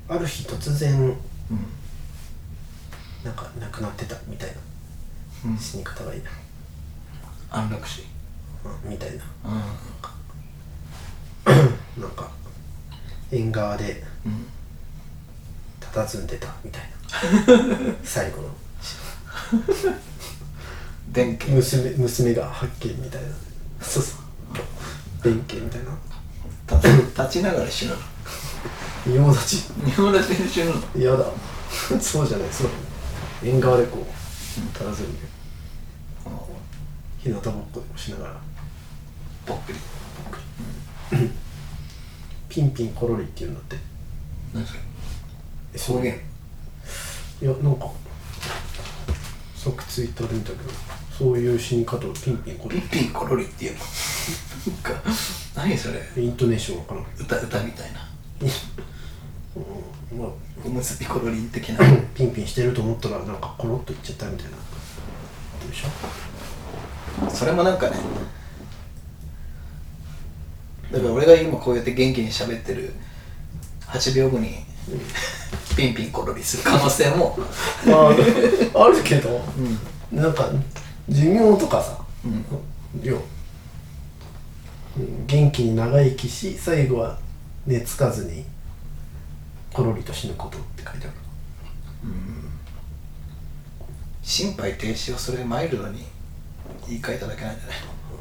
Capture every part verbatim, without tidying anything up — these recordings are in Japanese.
ある日突然、うん、 なんか亡くなってたみたいな、うん、死に方がいいな。 安楽死、 うん、みたいな、 うん、 なんか縁側で佇んでたみたいな最後の弁慶娘, 娘が発見みたいな。そうそう弁慶みたいな。 立ちながら死ぬの。 仁王立ち仁王立ちで死ぬの。 嫌だそうじゃない、そう縁側でこう佇んで、うん、日向ぼっこでもしながらぽっくりぽっくり、うん、ピンピンコロリっていうんだって。 何それ、方言？ いや、なんかさっきツイッターで見たけど、そういう死に方をピンピンコロリピンピンコロリっていうのなんか何それ、 イントネーションわからん。 歌歌みたいなうん、まあおむすびコロリン的なピンピンしてると思ったらなんかコロッといっちゃったみたいなでしょ。 それもなんかね、だから俺が今こうやって元気に喋ってるはちびょうごに、うん、ピンピンコロリする可能性もあ, あるけど、 うん、 なんか寿命とかさ、 うん、 よ元気に長生きし最後は寝つかずにコロリと死ぬことって書いてある。 うん、心肺停止をそれでマイルドに言い換えただけなんじゃない？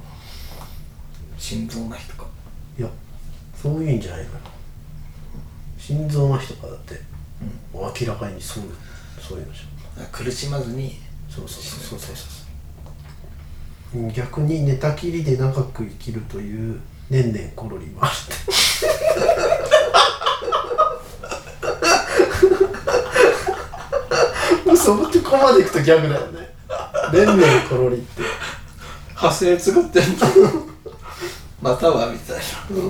心臓麻痺とか。 いや、そういうんじゃないから。心臓麻痺とかだって、うん、明らかにそうそういうのじゃん。苦しまずに。 そうそうそうそうそう。逆に寝たきりで長く生きるというねんねんコロリもあるってそこまでいくとギャグだよね。ねんねんコロリって派生作ってんのまたはみたいな、うん、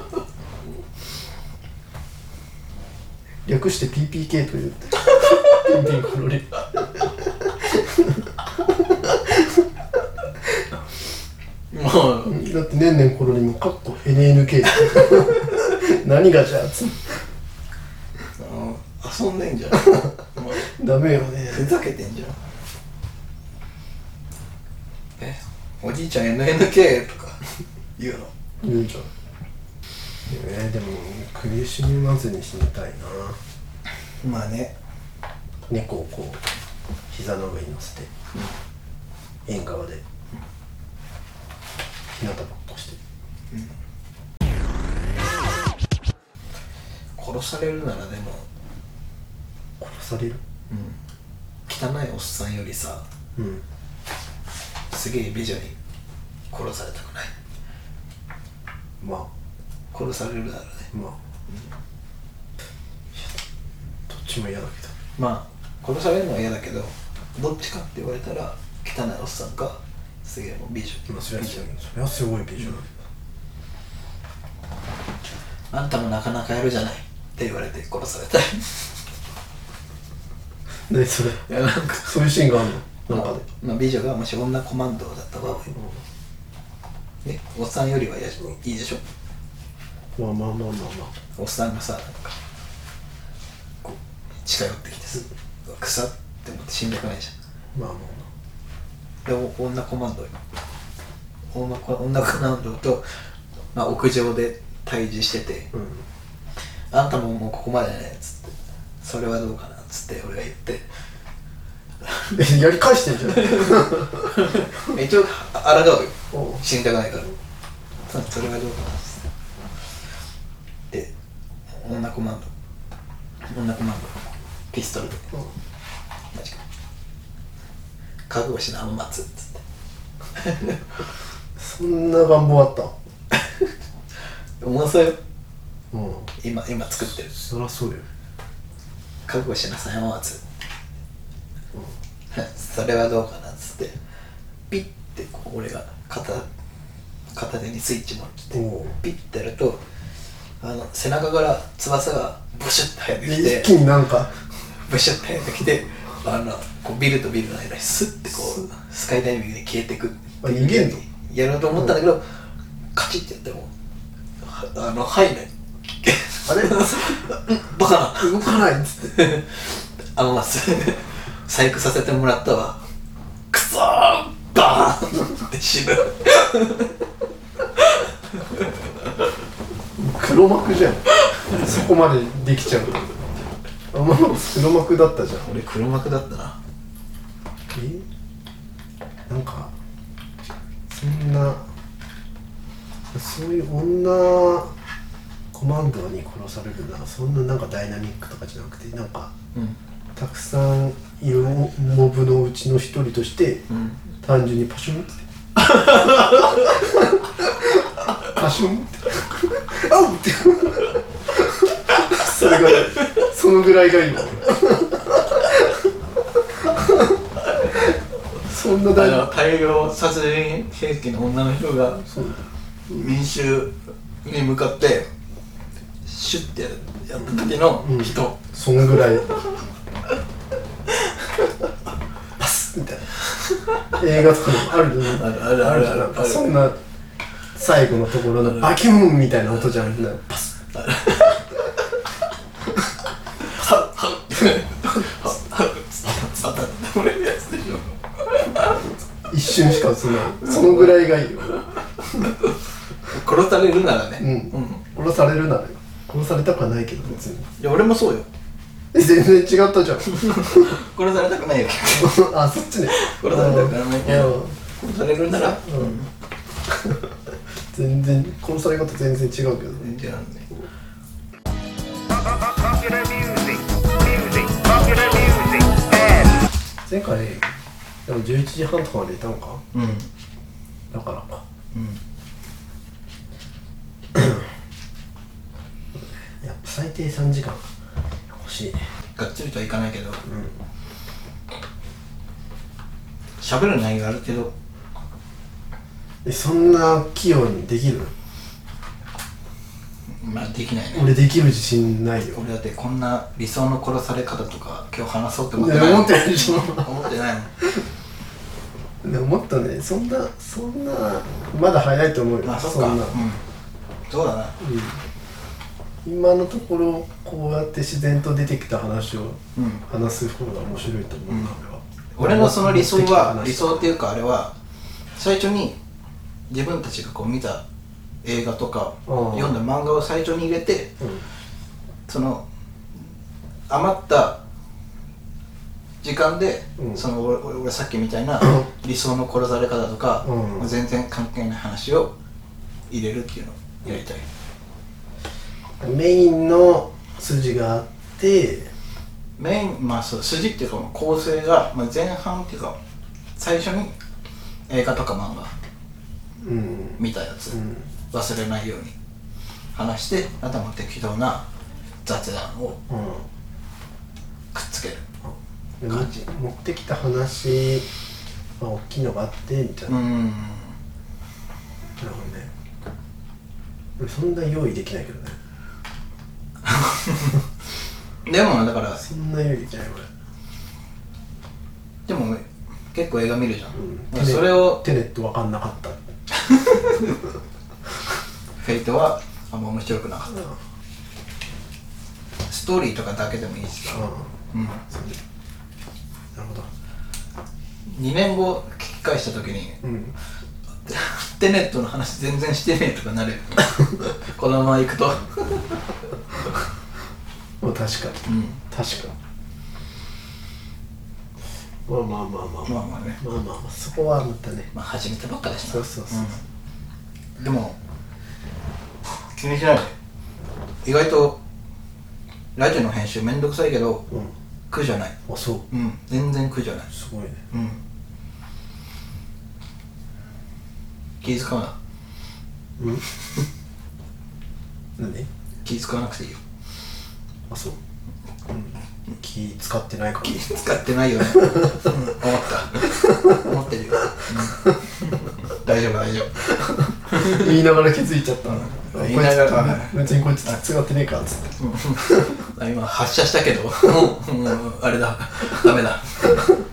略して ピーピーケー というってピンピンコロリもうだってねんねんコロリもカッコ エヌエヌケー 何がじゃあつ遊んでんじゃんダメよね、 ふざけてんじゃん。え、おじいちゃん エヌエヌケー とか言うの？ 言うじゃん。えー、でも苦しまずに死にたいな。 まあね、 猫をこう膝の上に乗せて、うん、縁側で、うん、日向ぼっこして、 うん、殺されるならでも殺される、 うん、汚いおっさんよりさ、うん、すげえ美女に殺されたくない？ まあ殺されるならね、 まあ、うん、どっちも嫌だけど、 まあ殺されるのは嫌だけど、どっちかって言われたら汚いおっさんかすげえもう美女。 まあ、それはそれはすごい美女だ、 うん、あんたもなかなかやるじゃないって言われて殺されたい何それ？いや、なんかそういうシーンがあるの？なんかで、 まあ、美女がもし女コマンドだった場合、うん、ね、おっさんよりはいいでしょ。 まあまあまあまあまあ、 おっさんがさ、なんかこう近寄ってきてさ、うん、腐って思って死んでくないじゃん。まあまあまあ。で女コマンド女コ女コマンドと、まあ、屋上で対峙してて、うん、あんたももうここまでねっつって、それはどうかなっつって俺が言ってやり返してんじゃん一応抗うよ、死にたくないから。それはどうかなっつってで、女コマンド女コマンドピストルで、うん、マジか覚悟しなあんま待つっつってそんな願望あった重そうよ、 うん、 今今作ってる。 そりゃそうよ。 覚悟しなさいよ待つ、うん、それはどうかなっつってピッてこう俺が片片手にスイッチ持ってピッてやると、あの背中から翼がブシュッて生えてきて、 一気になんかブシュッて生えてきて、あのこうビルとビルの間にスッてこうスカイダイビングに消えていくっていう逃げんのやろうと思ったんだけど、うん、カチッてやってもあの入んないあれバカな動かないっつってあのま細工させてもらったわクソーバーンって死ぬ黒幕じゃんそこまでできちゃうあんま黒幕だったじゃん。 俺黒幕だったな。 えなんかそんなそういう女コマンドに殺されるな、そんななんかダイナミックとかじゃなくて、なんか、うん、たくさんいるモブのうちの一人として、うん、単純にパシュンってパシュンってあうってそれがそのぐらいがいいわそんな大あの大量殺人兵器の女の人が民衆に向かってシュッてやった時の人、うん、 そんぐらいパスみたいな映画とかもあるじゃん。 あるあるあるあるある。 そんな最後のところのバキューンみたいな音じゃん。パスはっはっ当たるやつでしょ。 一瞬しか映んない。そのぐらいがいいよ。 殺されるならね、 うん、殺されるならよ。殺されたくはないけど別に。 いや俺もそうよ。 え全然違ったじゃん。 殺されたくないよ。 あそっちね。 殺されたくないけど殺されるなら、うん、 全然殺され方全然違うけど。 全然違うね。 前回でもじゅういちじはんとかまでいたのか。 うん。 だからか。 うん。 やっぱ最低さんじかん欲しいね。 がっつりとはいかないけど、喋、うん、る内容あるけど。 えそんな器用にできる？ まあできないね。 俺できる自信ないよ。 俺だってこんな理想の殺され方とか今日話そうって思ってない。 思ってないでしょ。 思ってないもん。 でももっとね、そんなそんなまだ早いと思うよ。 まあそっか。そんな、うん、そうだな。 うん、今のところこうやって自然と出てきた話を話す方が面白いと思うな、うん、 俺は。俺のその理想は理想っていうかあれは最初に自分たちがこう見た映画とか読んだ漫画を最初に入れて、うん、その余った時間で、うん、その 俺, 俺さっきみたいな理想の殺され方とか、うん、全然関係ない話を入れるっていうのをやりたい。 メインの筋があってメインまあそう筋っていうか構成が、まあ、前半っていうか最初に映画とか漫画、うん、見たやつ、うん、忘れないように話してあとは適当な雑談をくっつける感じ、 うん、持ってきた話は大きいのがあってみたいな。うん、なるほどね。俺そんな用意できないけどね。 でもだからそんな用意できない俺。でも結構映画見るじゃん、 うん、 それをテネット分かんなかったフェイトはあんま面白くなかった、うん、ストーリーとかだけでもいいし、うん、うん、なるほど。 にねんご聞き返した時に、うん、テネットの話全然してねえとかなるこのまま行くとまあ確かに、うん、確かに。まあまあまあまあまあまあまあね、 まあまあまあそこはまたね、 まあ始めたばっかだしな。 そうそうそう、 うん、でも気にしないで。意外とラジオの編集めんどくさいけど、うん、苦じゃない。 あ、そう。 うん、全然苦じゃない。 すごいね。 うん。気使うな。 うん。なんで？気使わなくていいよ。 あ、そう。うん、気使ってないか。 気使ってないよね。うん、思った。思ってるよ。うん、大丈夫大丈夫。 言いながら気づいちゃった。 言いながら別にこいつ使ってねえかっつって。 今発射したけど、あれだ、ダメだ。